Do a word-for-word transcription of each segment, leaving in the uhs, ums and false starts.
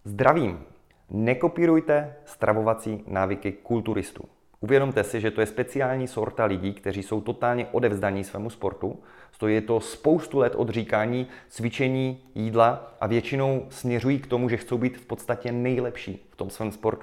Zdravím! Nekopírujte stravovací návyky kulturistů. Uvědomte si, že to je speciální sorta lidí, kteří jsou totálně odevzdaní svému sportu. Stojí to spoustu let odříkání, cvičení, jídla a většinou směřují k tomu, že chcou být v podstatě nejlepší v tom svém sportu.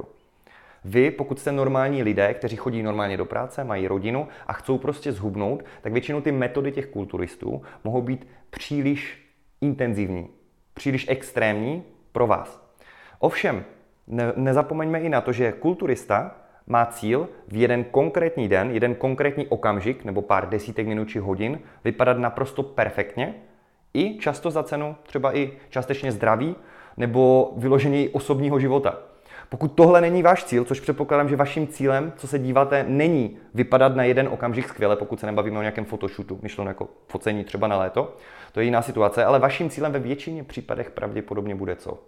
Vy, pokud jste normální lidé, kteří chodí normálně do práce, mají rodinu a chcou prostě zhubnout, tak většinou ty metody těch kulturistů mohou být příliš intenzivní, příliš extrémní pro vás. Ovšem, ne, nezapomeňme i na to, že kulturista má cíl v jeden konkrétní den, jeden konkrétní okamžik nebo pár desítek minut či hodin vypadat naprosto perfektně i často za cenu třeba i částečně zdraví nebo vyložení osobního života. Pokud tohle není váš cíl, což předpokládám, že vaším cílem, co se díváte, není vypadat na jeden okamžik skvěle, pokud se nebavíme o nějakém photoshootu, myšleno jako focení třeba na léto, to je jiná situace, ale vaším cílem ve většině případech pravděpodobně bude co?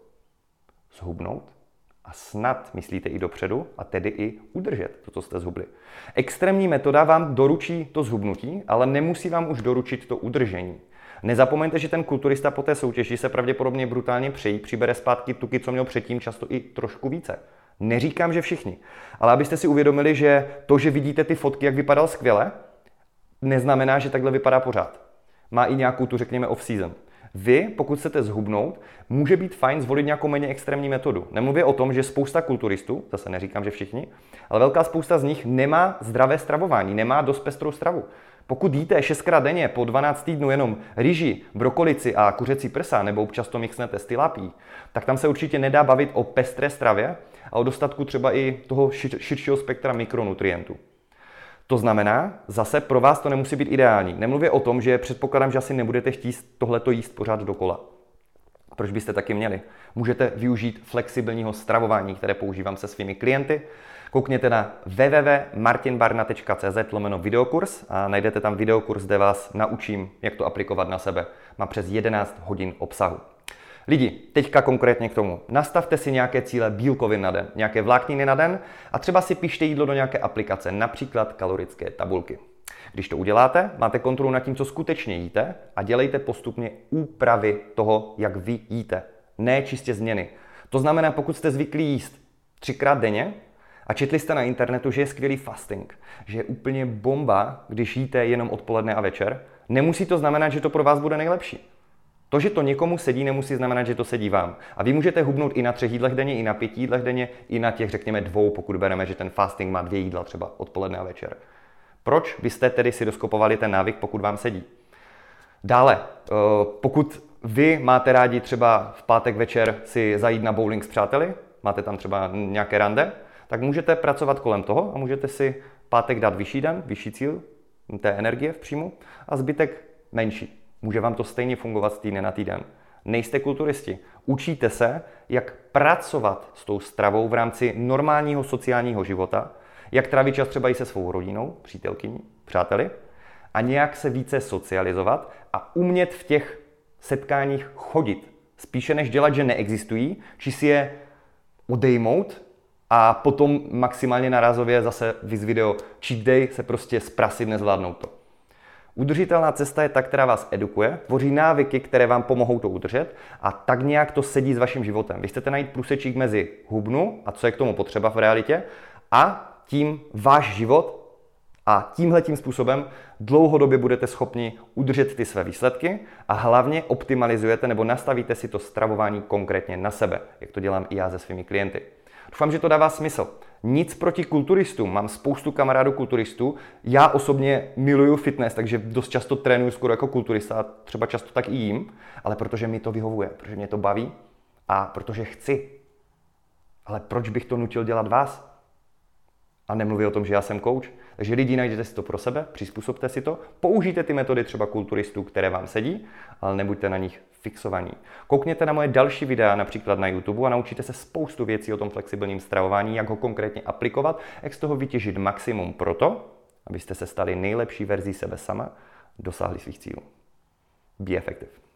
Zhubnout a snad myslíte i dopředu a tedy i udržet to, co jste zhubli. Extrémní metoda vám doručí to zhubnutí, ale nemusí vám už doručit to udržení. Nezapomeňte, že ten kulturista po té soutěži se pravděpodobně brutálně přejí, přibere zpátky tuky, co měl předtím, často i trošku více. Neříkám, že všichni, ale abyste si uvědomili, že to, že vidíte ty fotky, jak vypadal skvěle, neznamená, že takhle vypadá pořád. Má i nějakou tu, řekněme, off-season. Vy, pokud chcete zhubnout, může být fajn zvolit nějakou méně extrémní metodu. Nemluvě o tom, že spousta kulturistů, zase neříkám, že všichni, ale velká spousta z nich nemá zdravé stravování, nemá dost pestrou stravu. Pokud jíte šestkrát denně po dvanáct týdnů jenom rýži, brokolici a kuřecí prsa, nebo občas to mixnete s tilapí, tak tam se určitě nedá bavit o pestré stravě a o dostatku třeba i toho šir- širšího spektra mikronutrientů. To znamená, zase pro vás to nemusí být ideální. Nemluvě o tom, že předpokládám, že asi nebudete chtít tohleto jíst pořád dokola. Proč byste taky měli? Můžete využít flexibilního stravování, které používám se svými klienty. Koukněte na w w w tečka martinbarna tečka c z lomeno videokurs a najdete tam videokurs, kde vás naučím, jak to aplikovat na sebe. Má přes jedenáct hodin obsahu. Lidi, teďka konkrétně k tomu. Nastavte si nějaké cíle bílkovin na den, nějaké vlákniny na den a třeba si pište jídlo do nějaké aplikace, například kalorické tabulky. Když to uděláte, máte kontrolu nad tím, co skutečně jíte a dělejte postupně úpravy toho, jak vy jíte. Ne čistě změny. To znamená, pokud jste zvyklí jíst třikrát denně a četli jste na internetu, že je skvělý fasting, že je úplně bomba, když jíte jenom odpoledne a večer, nemusí to znamenat, že to pro vás bude nejlepší. To, že to někomu sedí, nemusí znamenat, že to sedí vám. A vy můžete hubnout i na třech jídlech denně, i na pěti jídlech denně, i na těch, řekněme, dvou, pokud bereme, že ten fasting má dvě jídla třeba odpoledne a večer. Proč byste tedy si doskopovali ten návyk, pokud vám sedí? Dále, pokud vy máte rádi třeba v pátek večer si zajít na bowling s přáteli, máte tam třeba nějaké rande, tak můžete pracovat kolem toho a můžete si pátek dát vyšší den, vyšší cíl té energie v příjmu a zbytek menší. Může vám to stejně fungovat z týdne na týden. Nejste kulturisti. Učíte se, jak pracovat s tou stravou v rámci normálního sociálního života, jak trávit čas třeba i se svou rodinou, přítelkyní, přáteli a nějak se více socializovat a umět v těch setkáních chodit. Spíše než dělat, že neexistují, či si je odejmout a potom maximálně narazově zase vys video cheat day se prostě zprasit, nezvládnout to. Udržitelná cesta je ta, která vás edukuje, tvoří návyky, které vám pomohou to udržet a tak nějak to sedí s vaším životem. Vy chcete najít průsečík mezi hubnu a co je k tomu potřeba v realitě a tím váš život a tímhletím způsobem dlouhodobě budete schopni udržet ty své výsledky a hlavně optimalizujete nebo nastavíte si to stravování konkrétně na sebe, jak to dělám i já se svými klienty. Doufám, že to dává smysl. Nic proti kulturistům, mám spoustu kamarádů kulturistů, já osobně miluju fitness, takže dost často trénuju skoro jako kulturista a třeba často tak i jím, ale protože mi to vyhovuje, protože mě to baví a protože chci. Ale proč bych to nutil dělat vás? A nemluví o tom, že já jsem coach. Takže lidi, najděte si to pro sebe, přizpůsobte si to, použijte ty metody třeba kulturistů, které vám sedí, ale nebuďte na nich fixovaní. Koukněte na moje další videa, například na YouTube, a naučíte se spoustu věcí o tom flexibilním stravování, jak ho konkrétně aplikovat, jak z toho vytěžit maximum proto, abyste se stali nejlepší verzí sebe sama, dosáhli svých cílů. Be effective.